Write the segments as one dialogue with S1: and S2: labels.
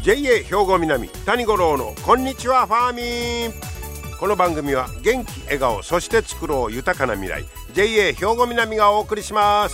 S1: JA 兵庫南谷五郎のこんにちはファーミン。この番組は元気笑顔そして作ろう豊かな未来 JA 兵庫南がお送りします。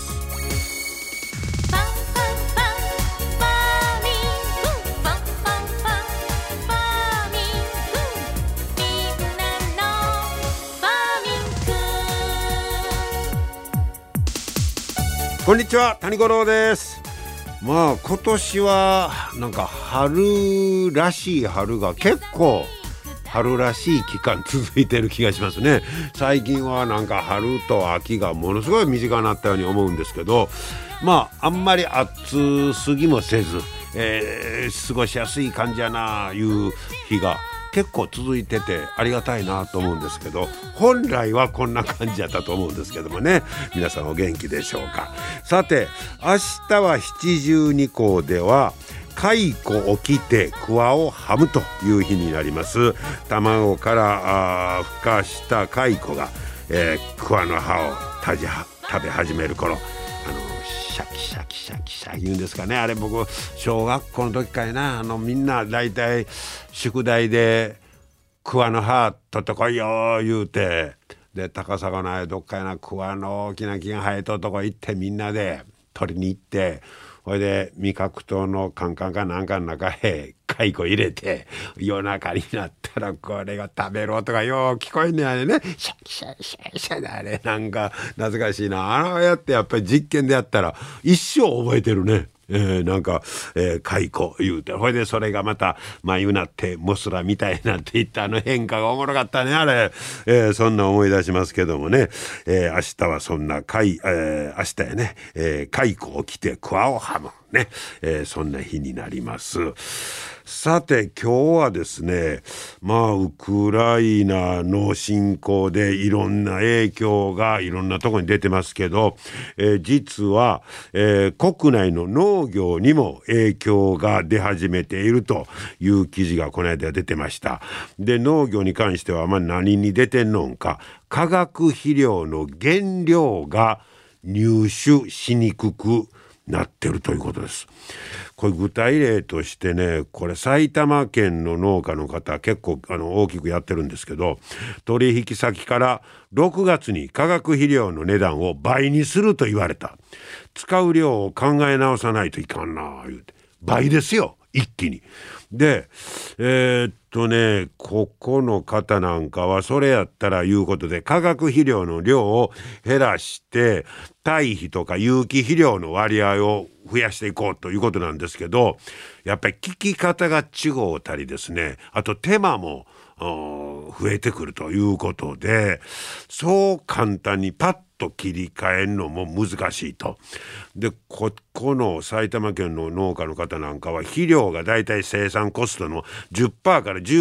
S1: こんにちは谷五郎です。今年はなんか春らしい春が結構春らしい期間続いてる気がしますね。最近はなんか春と秋がものすごい短くなったように思うんですけど、あんまり暑すぎもせず、過ごしやすい感じやないう日が結構続いててありがたいなと思うんですけど、本来はこんな感じだったと思うんですけどもね。皆さんお元気でしょうか。さて明日は七十二候では蚕起きて桑をはむという日になります。卵から孵化した蚕が、桑の葉を食べ始める頃、シャキシャキシャキシャキ言うんですかね。あれ僕小学校の時からな、みんなだいたい宿題で桑の葉取ってこいよ言うて、で高砂のどっかやな桑の大きな木が生えとるとこ行ってみんなで取りに行って、ほいで味覚糖のカンカンかなんかの中へ蚕入れて、夜中になったらこれが食べる音がよう聞こえんねやね。シャキシャキシャキシャキ、あれなんか懐かしいな。やってやっぱり実験でやったら一生覚えてるね。なんか蚕言うて、ほいでそれがまた眉なってモスラみたいになっていった、変化がおもろかったねあれ。そんな思い出しますけどもね。明日はそんな明日やね、蚕起きて桑をはむね、そんな日になります。さて今日はですね、ウクライナの侵攻でいろんな影響がいろんなところに出てますけど、実は、国内の農業にも影響が出始めているという記事がこの間出てました。で農業に関しては何に出てんのんか、化学肥料の原料が入手しにくくなってるということです。これ具体例としてね、これ埼玉県の農家の方結構大きくやってるんですけど、取引先から6月に化学肥料の値段を倍にすると言われた。使う量を考え直さないといかんな言うて、倍ですよ一気に。でここの方なんかはそれやったらいうことで化学肥料の量を減らして堆肥とか有機肥料の割合を増やしていこうということなんですけど、やっぱり聞き方が違うたりですね、あと手間も増えてくるということで、そう簡単にパッと切り替えるのも難しいと。でこの埼玉県の農家の方なんかは肥料がだいたい生産コストの 10% から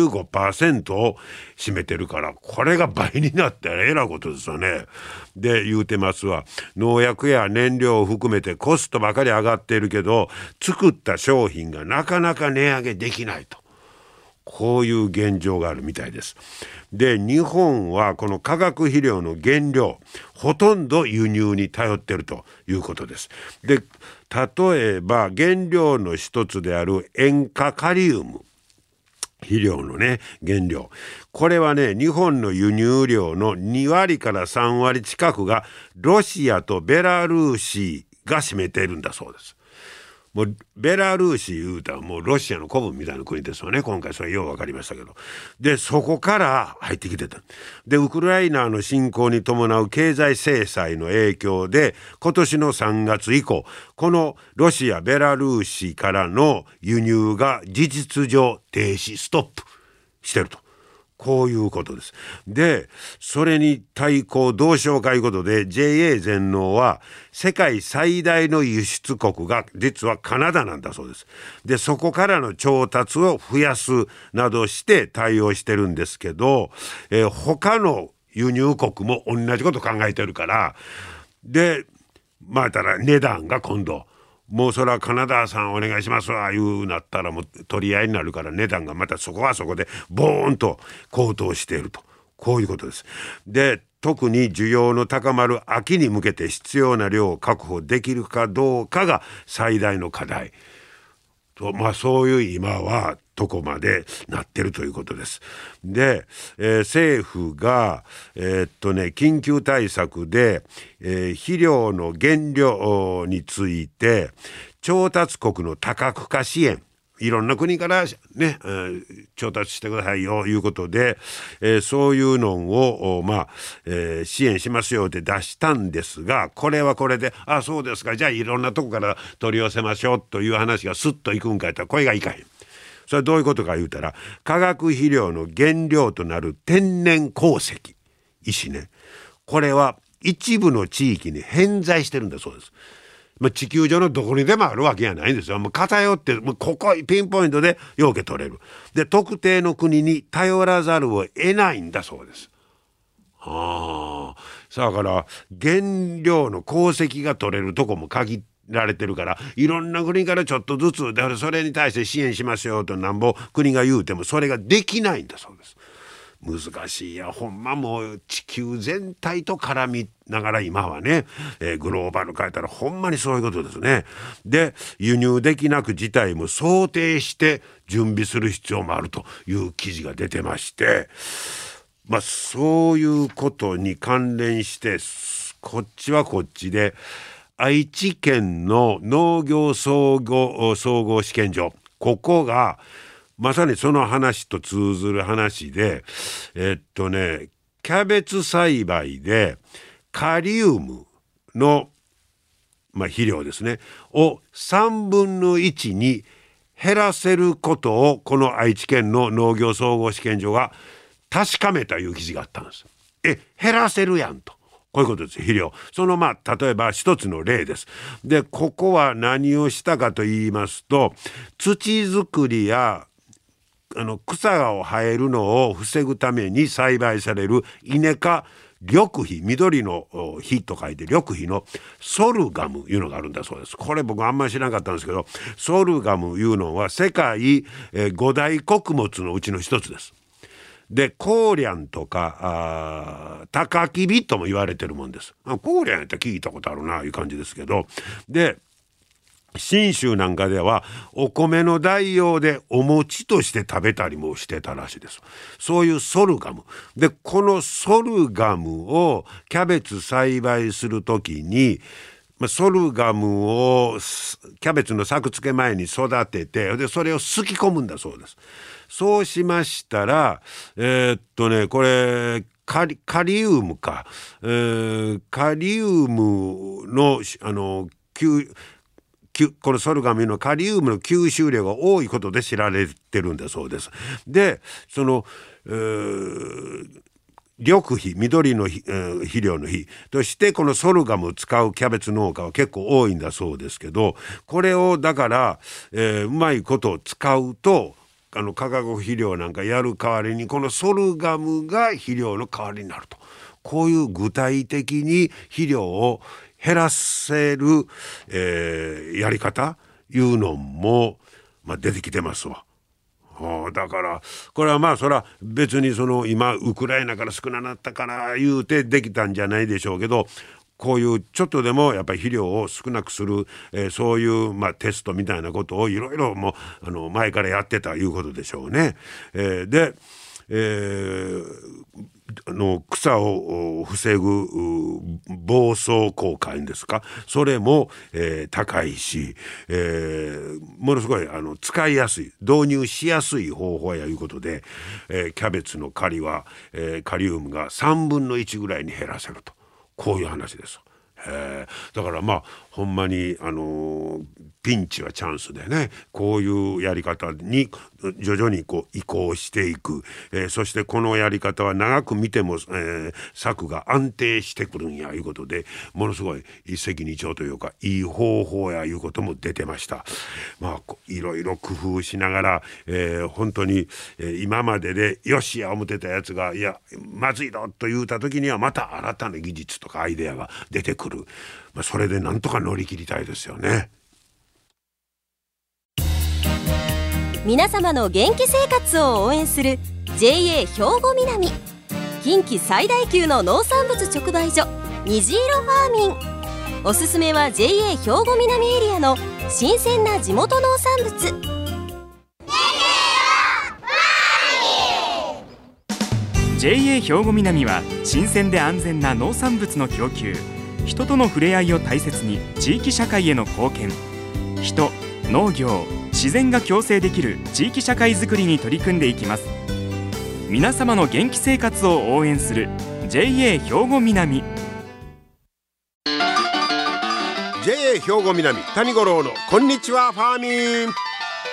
S1: 15% を占めてるから、これが倍になったらえらいことですよね。で言うてますわ。農薬や燃料を含めてコストばかり上がっているけど作った商品がなかなか値上げできないと、こういう現状があるみたいです。で日本はこの化学肥料の原料ほとんど輸入に頼っているということです。で例えば原料の一つである塩化カリウム、肥料のね原料、これはね日本の輸入量の2割から3割近くがロシアとベラルーシが占めているんだそうです。もうベラルーシ言うたらもうロシアの古文みたいな国ですよね。今回それよう分かりましたけど、でそこから入ってきてた。でウクライナの侵攻に伴う経済制裁の影響で今年の3月以降、このロシアベラルーシからの輸入が事実上停止ストップしてると、こういうことです。でそれに対抗どうしようかいうことで JA 全農は世界最大の輸出国が実はカナダなんだそうです。でそこからの調達を増やすなどして対応してるんですけど、他の輸入国も同じこと考えてるから、でただ値段が今度もうそれはカナダさんお願いしますわいうなったらもう取り合いになるから、値段がまたそこはそこでボーンと高騰していると、こういうことです。で特に需要の高まる秋に向けて必要な量を確保できるかどうかが最大の課題。 そういう今はとこまでなってるということです。で、政府が緊急対策で、肥料の原料について調達国の多角化支援、いろんな国からね、調達してくださいよいうことで、そういうのを、支援しますよって出したんですが、これはこれでそうですか、じゃあいろんなとこから取り寄せましょうという話がスッといくんかいったらこれがいかへん。それはどういうことか言うたら、化学肥料の原料となる天然鉱石、石ね、これは一部の地域に偏在してるんだそうです。地球上のどこにでもあるわけじゃないんですよ。偏ってここピンポイントでよけ取れる。で、特定の国に頼らざるを得ないんだそうです。だから原料の鉱石が取れるとこも限られてるから、いろんな国からちょっとずつで、それに対して支援しますよとなんぼ国が言うてもそれができないんだそうです。難しいや、ほんまもう地球全体と絡みながら今はね、グローバル変えたらほんまにそういうことですね。で、輸入できなく事態も想定して準備する必要もあるという記事が出てまして、そういうことに関連してこっちはこっちで愛知県の農業総合試験場、ここがまさにその話と通ずる話で、キャベツ栽培でカリウムの、肥料ですねを3分の1に減らせることをこの愛知県の農業総合試験場が確かめたいう記事があったんです。減らせるやんと。こういうことです。肥料。例えば一つの例です。で、ここは何をしたかと言いますと、土作りや草が生えるのを防ぐために栽培されるイネ科緑肥、緑の肥と書いて緑肥のソルガムいうのがあるんだそうです。これ僕あんまり知らなかったんですけど、ソルガムいうのは世界5大穀物のうちの一つです。で、コーリャンとかタカキビとも言われてるもんです。コーリャンやったら聞いたことあるないう感じですけど、で信州なんかではお米の代用でお餅として食べたりもしてたらしいです。そういうソルガムで、このソルガムをキャベツ栽培するときにソルガムをキャベツの作付け前に育てて、でそれをすき込むんだそうです。そうしましたらこれカリウムか、カリウムのこのソルガムのカリウムの吸収量が多いことで知られてるんだそうです。で、その緑肥、緑の肥料の肥としてこのソルガムを使うキャベツ農家は結構多いんだそうですけど、これをだから、うまいことを使うと化学肥料なんかやる代わりにこのソルガムが肥料の代わりになると、こういう具体的に肥料を減らせる、やり方いうのも、出てきてますわ。だからこれはそれは別に今ウクライナから少なくなったから言うてできたんじゃないでしょうけど、こういうちょっとでもやっぱり肥料を少なくする、そういうテストみたいなことをいろいろもう前からやってたいうことでしょうね。で、草を防ぐ防草効果ですか、それも、高いし、ものすごい使いやすい、導入しやすい方法やいうことで、キャベツの狩りは、カリウムが3分の1ぐらいに減らせると、こういう話です。だからほんまにピンチはチャンスでね、こういうやり方に徐々に移行していく、そしてこのやり方は長く見ても、作が安定してくるんやいうことで、ものすごい一石二鳥というかいい方法やいうことも出てました。いろいろ工夫しながら、本当に、今まででよしや思ってたやつがいやまずいぞと言うた時にはまた新たな技術とかアイデアが出てくる。それでなんとか乗り切りたいですよね。
S2: 皆様の元気生活を応援する JA 兵庫南、近畿最大級の農産物直売所虹色ファーミン。おすすめは JA 兵庫南エリアの新鮮な地元農産物。
S3: JA 兵庫南は新鮮で安全な農産物の供給、人との触れ合いを大切に地域社会への貢献、人、農業、自然が共生できる地域社会づくりに取り組んでいきます。皆様の元気生活を応援する JA 兵庫南。
S1: JA 兵庫南谷五郎のこんにちはファーミン。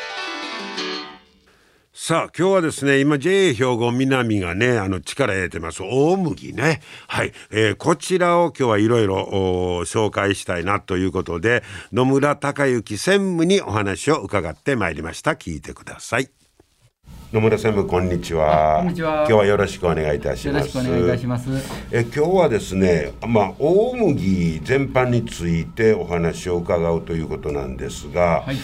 S1: さあ今日はですね、今 JA 兵庫南がね力入れてます大麦ね、はい、こちらを今日はいろいろ紹介したいなということで、野村隆之専務にお話を伺ってまいりました。聞いてください。野村専務こんにちは。
S4: こんにちは。
S1: 今日はよろしくお願いいたします。
S4: よろしくお願いいたします。
S1: 今日はですね、大麦全般についてお話を伺うということなんですが、はい、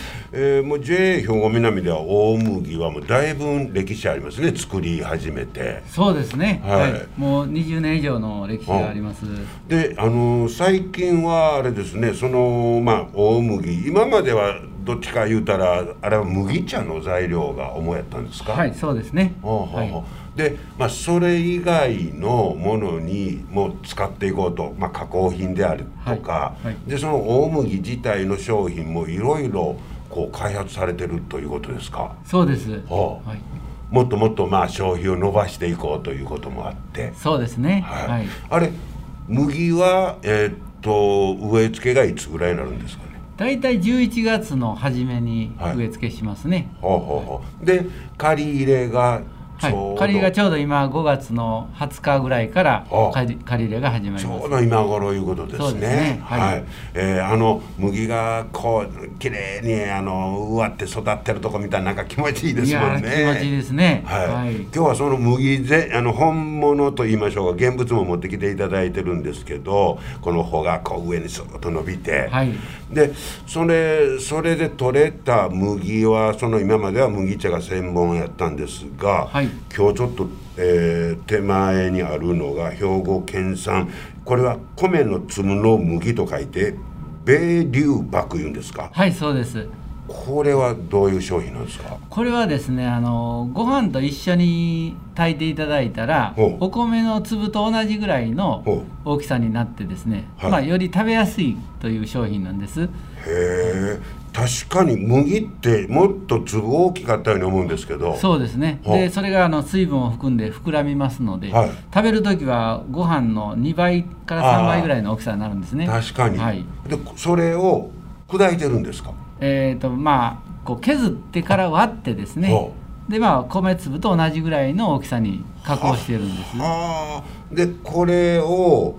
S1: もう JA 兵庫南では大麦はもうだいぶ歴史ありますね。作り始めて。
S4: そうですね、はいはい、もう20年以上の歴史があります。
S1: で最近はあれですね、大麦今まではどっちか言うたらあれは麦茶の材料が主やったんですか？
S4: はい、そうですね。
S1: で、それ以外のものにも使っていこうと、加工品であるとか、でその大麦自体の商品もいろいろこう開発されてるということですか？
S4: そうです。
S1: もっともっと消費を伸ばしていこうということもあって。
S4: そうですね。
S1: はい、あれ麦は植え付けがいつぐらいになるんですかね？
S4: だいたい11月の初めに植え付けしますね。
S1: で刈り入れがちょうど、
S4: 刈り入れがちょうど今5月の20日ぐらいから刈り入れが始まります。
S1: ちょうど今頃いうことですね。
S4: そうですね。
S1: はい。麦がこう綺麗に植わって育ってるとこ見たらなんか気持ちいいですもんね。
S4: いや気持ちいいですね。
S1: はい。今日はその麦本物と言いましょうか、現物も持ってきていただいてるんですけど、この穂がこう上にスーッと伸びて、
S4: はい。
S1: でそれで取れた麦は今までは麦茶が専門やったんですが、はい、今日ちょっと、手前にあるのが兵庫県産、これは米の粒の麦と書いて米粒麦いうんですか？
S4: はい、そうです。
S1: これはどういう商品なんですか？
S4: これはですね、ご飯と一緒に炊いていただいたらお米の粒と同じぐらいの大きさになってですね、より食べやすいという商品なんです。
S1: へえ、確かに麦ってもっと粒大きかったように思うんですけど。そうですね。
S4: でそれが水分を含んで膨らみますので、食べるときはご飯の2倍から3倍ぐらいの大きさになるんですね。
S1: 確かに、はい、でそれを砕いてるんですか？
S4: こう削ってから割ってですね、で米粒と同じぐらいの大きさに加工してるんです。
S1: でこれを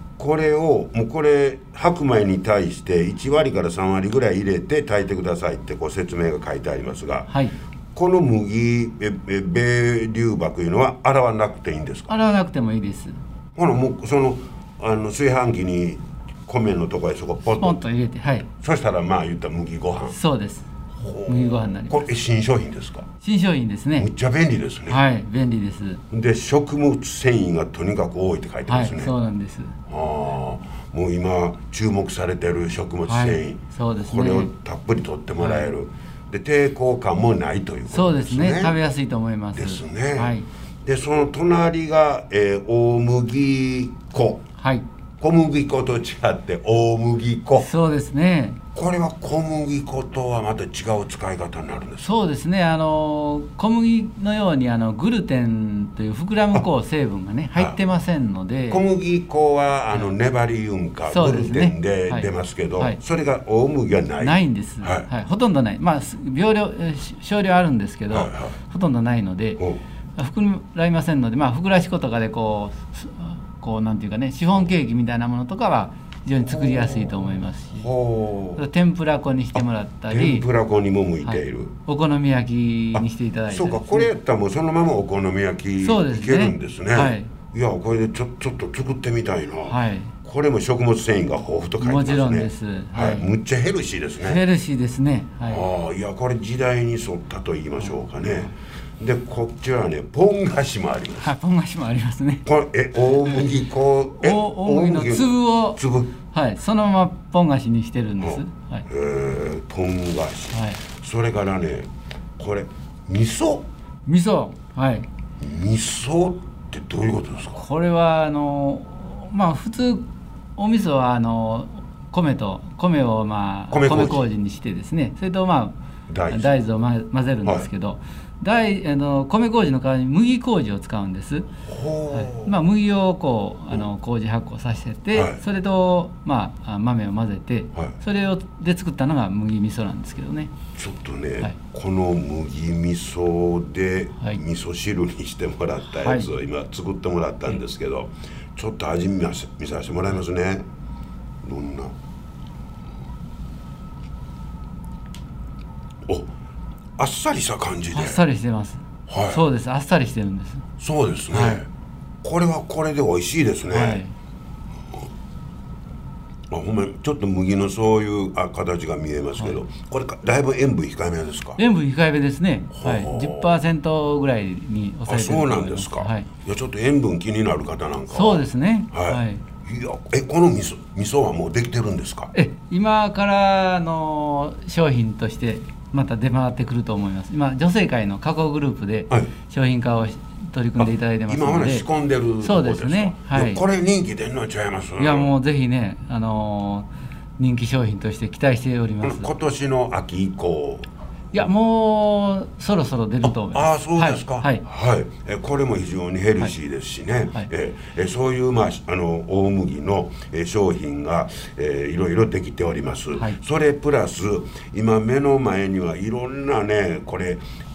S1: 白米に対して1割から3割ぐらい入れて炊いてくださいって説明が書いてありますが、はい、この麦米粒麦いうのは洗わなくていいんですか？
S4: 洗わなくてもいいです。
S1: もう炊飯器に米のところへそこポ
S4: ンと入れて、はい、
S1: そしたら言ったら麦ご飯。
S4: そうです。麦ご飯になります。
S1: これ新商品ですか？
S4: 新商品ですね。
S1: めっちゃ便利ですね。
S4: はい、便利です。
S1: で食物繊維がとにかく多いって書いてますね。
S4: はい、そうなんです。
S1: もう今注目されてる食物繊維、
S4: そうですね。
S1: これをたっぷり取ってもらえる、で抵抗感もないということですね。
S4: そうですね。食べやすいと思います。
S1: ですね。
S4: はい。
S1: でその隣が、大麦粉。はい。小麦粉と違って大麦粉。
S4: そうですね。
S1: これは小麦粉とはまた違う使い方になるんですか？
S4: そうですね。小麦のようにグルテンという膨らむ成分がね入ってませんので、
S1: 小麦粉は粘りうんかグルテンで出ますけど、それが大麦は
S4: ないんです。はい、ほとんどない。少量あるんですけど、ほとんどないので膨らみませんので、ふくらし粉とかでこうなんていうかね、シフォンケーキみたいなものとかは非常に作りやすいと思いますし、天ぷら粉にしてもらったり、
S1: 天ぷら粉にも向いている、
S4: お好み焼きにしていただいて、
S1: そうか、これやったらもうそのままお好み焼きいけるんですね。はい、いやこれでちょっと作ってみたいな。はい、これも食物繊維が豊富と書いてますね。
S4: もちろんです。
S1: はい、むっちゃヘルシーですね。
S4: ヘルシーですね。はい、
S1: いやこれ時代に沿ったと言いましょうかね。 でこっちはねポン菓子もあります。
S4: はい、ポン菓子もありますね。
S1: これ大麦粉
S4: 大麦の粒をはい、そのままポン菓子にしてるんです。はい、
S1: ポン菓子、
S4: はい、
S1: それからねこれ味噌、
S4: はい、
S1: 味噌ってどういうことですか？
S4: これは普通お味噌は米を米麹にしてですね、それと大豆を混ぜるんですけど、米麹の代わりに麦麹を使うんです。はい、麦を麹発酵させて、はい、それと豆を混ぜて、はい、それで作ったのが麦味噌なんですけどね。
S1: ちょっとね、はい、この麦味噌で味噌汁にしてもらったやつを今作ってもらったんですけど、ちょっと味見させてもらいますね。どんな？あっさりした感じで。
S4: あっさりしてます。はい、そうです。あっさりしてるんです。
S1: そうですね。はい、これはこれで美味しいですね。はい、ほんまにちょっと麦のそういう形が見えますけど、はい、これだいぶ塩分控えめですか？塩分
S4: 控えめですね。はい、10% ぐらいに抑えてると思います。
S1: そうなんですか。
S4: はい、
S1: いやちょっと塩分気になる方なんかは。
S4: そうですね。
S1: はい。いやこの味噌はもうできてるんですか？
S4: 今からの商品としてまた出回ってくると思います。今女性会の加工グループで商品化を取り組んでいただいてますので、
S1: 今まで仕込んでるとこですか？
S4: そうですね。はい。
S1: これ人気出んのちゃいます？
S4: いやもうぜひね、人気商品として期待しております。
S1: 今年の秋以降。
S4: いやもうそろそろ出ると思います。
S1: そうですか。
S4: はい。
S1: はい。これも非常にヘルシーですしね。はい、そういう大麦の商品がいろいろできております。はい、それプラス今目の前にはいろんなねこれ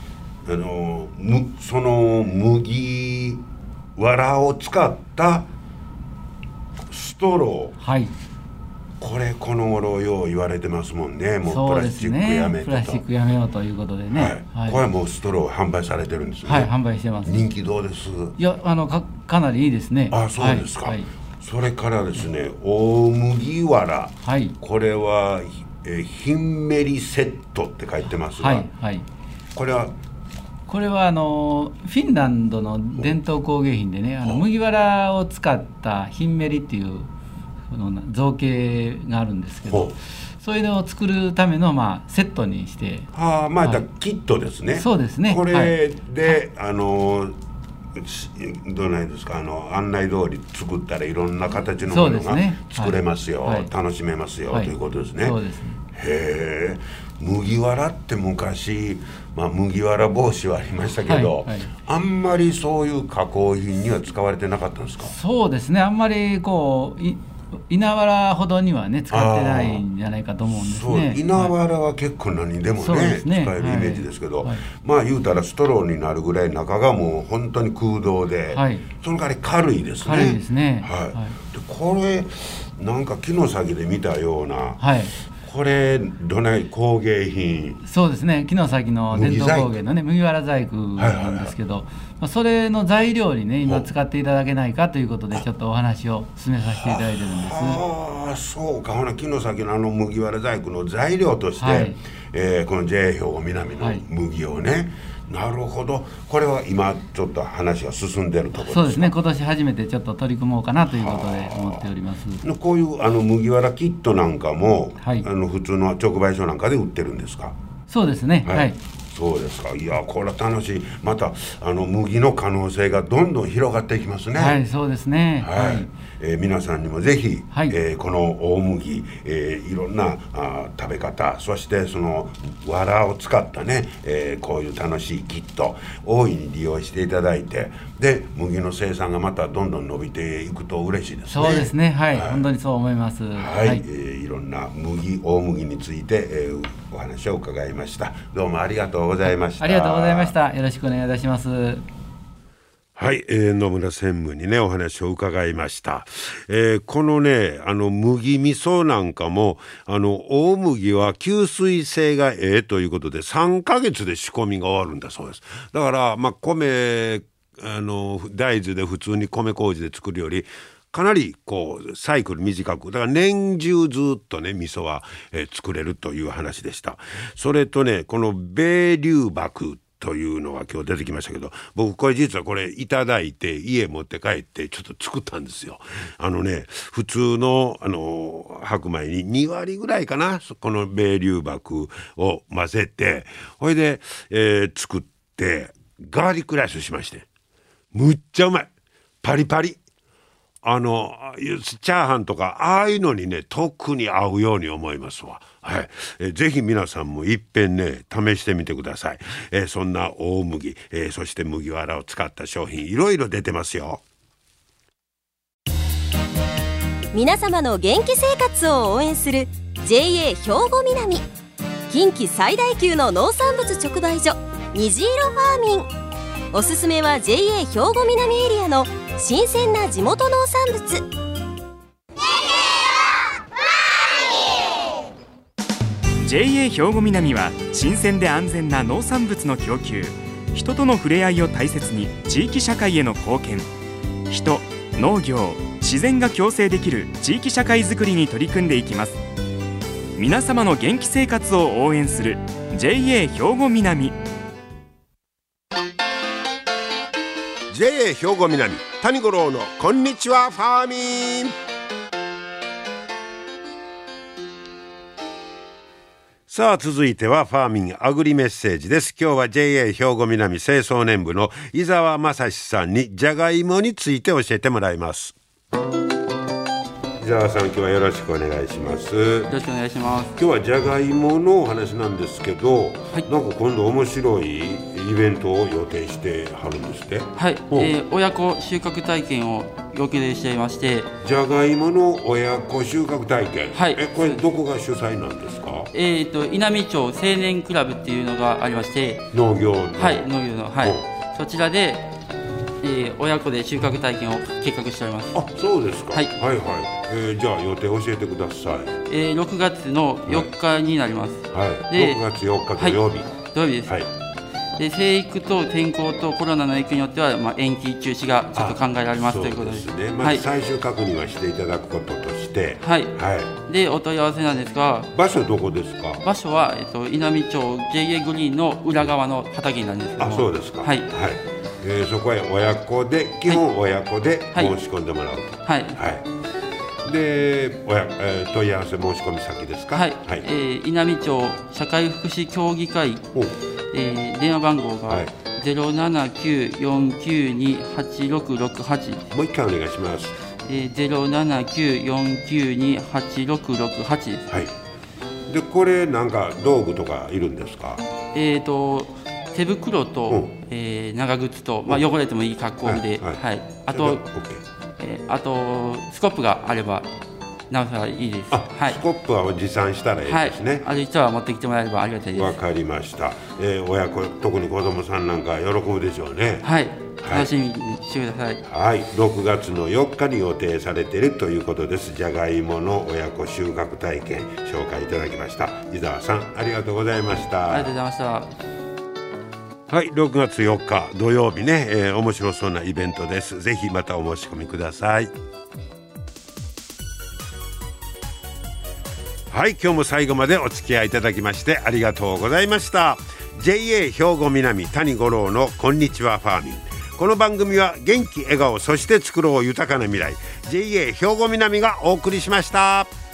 S1: その麦わらを使ったストロー。はい。この頃よう言われてますもんね。もうプラスチックやめ
S4: プラスチックやめようということでね。
S1: はい。これはもうストロー販売されてるんですね。
S4: はい、販売してます。
S1: 人気どうです？
S4: いやかなりいいですね。
S1: そうですか。はい、それからですね、大麦わら。はい。これはひんめりセットって書いてますが。はいはい。これはフ
S4: ィンランドの伝統工芸品でね、麦わらを使ったひんめりっていう造形があるんですけど、そういうのを作るためのセットにして、
S1: キットですね。
S4: そうですね。
S1: これで、どないですか、案内通り作ったらいろんな形のものが作れますよ、楽しめますよ、ということですね。
S4: そうですね。
S1: へえ。麦わらって昔、麦わら帽子はありましたけど、あんまりそういう加工品には使われてなかったんですか？
S4: そうですね。あんまり稲わらほどにはね使ってないんじゃないかと思うんですね。
S1: 稲わらは結構何にでもね、使えるイメージですけど、言うたらストローになるぐらい中がもう本当に空洞で、その代わり軽いですね。
S4: 軽いですね。
S1: でこれなんか木の先で見たような、これどない工芸品？
S4: そうですね。木の先の伝統工芸のね麦わら細工なんですけど、それの材料にね今使っていただけないかということでちょっとお話を進めさせていただいてるんです。
S1: そうか。木の先の麦わら細工の材料として、この JA 兵庫南の麦をね、なるほど。これは今ちょっと話が進んでるところですか？
S4: そうですね。今年初めてちょっと取り組もうかなということで思っております。
S1: こういう麦わらキットなんかも、普通の直売所なんかで売ってるんですか？
S4: そうですね。はい。
S1: そうですか。いやこれは楽しい。また麦の可能性がどんどん広がっていきますね。
S4: はい、そうですね。
S1: はい。皆さんにもぜひ、この大麦、いろんな食べ方、そしてその藁を使ったね、こういう楽しいキット大いに利用していただいて、で麦の生産がまたどんどん伸びていくと嬉しいですね。
S4: そうですね。はい、本当にそう思います。
S1: はい。いろんな大麦について、お話を伺いました。どうもありがとうございました。
S4: ありがとうございました。よろしくお願いいたします。
S1: はい、野村専務にねお話を伺いました。このね麦味噌なんかも大麦は吸水性がということで3ヶ月で仕込みが終わるんだそうです。だから米大豆で普通に米麹で作るよりかなりサイクル短く、だから年中ずっとね味噌は、作れるという話でした。それとねこの米粒麦っというのが今日出てきましたけど、僕これ実はこれいただいて家持って帰ってちょっと作ったんですよ。普通の白米に2割ぐらいかな、この米粒麦を混ぜて、それで、作ってガーリックライスしまして、むっちゃうまい、パリパリ。チャーハンとかああいうのにね特に合うように思いますわ。はい、ぜひ皆さんもいっぺんね試してみてください。そんな大麦、そして麦わらを使った商品いろいろ出てますよ。
S2: 皆様の元気生活を応援する JA 兵庫南、近畿最大級の農産物直売所虹色ファーミン。おすすめは JA 兵庫南エリアの新鮮な地元農産物。
S3: JA 兵庫南は新鮮で安全な農産物の供給、人との触れ合いを大切に地域社会への貢献、人、農業、自然が共生できる地域社会づくりに取り組んでいきます。皆様の元気生活を応援する JA 兵庫南。
S1: JA 兵庫南谷五郎のこんにちはファーミン。さあ続いてはファーミンアグリメッセージです。今日は JA 兵庫南清掃年部の伊沢正史さんにじゃがいもについて教えてもらいます。伊沢さん、今日はよろしくお願いします。
S5: よろしくお願いします。
S1: 今日はじゃがいものお話なんですけど、はい、なんか今度面白いイベントを予定してはるんですって。
S5: はい、親子収穫体験を予定していまして。
S1: じゃがいもの親子収穫体験、
S5: はい、
S1: これどこが主催なんですか？
S5: 稲美町青年クラブっていうのがありまして、
S1: 農業の、
S5: はい、農業の、はい、そちらで、親子で収穫体験を計画しております。
S1: あ、そうですか。
S5: はい、
S1: はいはい。じゃあ予定教えてください。
S5: 6月の4日になります。
S1: はい。で6月4日土曜日。
S5: はい、土曜日です。はい。で生育と天候とコロナの影響によっては、延期中止がちょっと考えられますということです。
S1: そうですね。まず最終確認はしていただくこととして、
S5: はい、はい、でお問い合わせなんですが、
S1: 場所どこですか？
S5: 場所は、稲美町 JA グリーンの裏側の畑なんですけども。
S1: あ、そうですか。
S5: はい、はい。
S1: そこへ親子で、基本親子で申し込んでもらうと。はい、はい。で、問い合わせ申し込み先ですか？
S5: はい、はい。稲美町社会福祉協議会、電話番号が、はい、079-492-8668。
S1: もう一回お願いします。
S5: 079-492-8668です。
S1: はい。で、これなんか道具とかいるんですか？
S5: 手袋と、長靴と、汚れてもいい格好で、はいはい、あと、あとスコップがあればなおさらいいです。
S1: はい、スコップは持参したらいいですね。
S5: はい、実は持ってきてもらえればありがたいです。
S1: わかりました。親子、特に子供さんなんか喜ぶでしょうね。
S5: はい、楽しみにしてください。
S1: はい、6月の4日に予定されているということです。じゃがいもの親子収穫体験紹介いただきました。伊沢さん、ありがとうございました。
S5: ありがとうございました。
S1: はい、6月4日土曜日ね、面白そうなイベントです。ぜひまたお申し込みください。はい、今日も最後までお付き合いいただきましてありがとうございました。 JA 兵庫南谷五郎のこんにちはファーミン。この番組は元気笑顔そして作ろう豊かな未来 JA 兵庫南がお送りしました。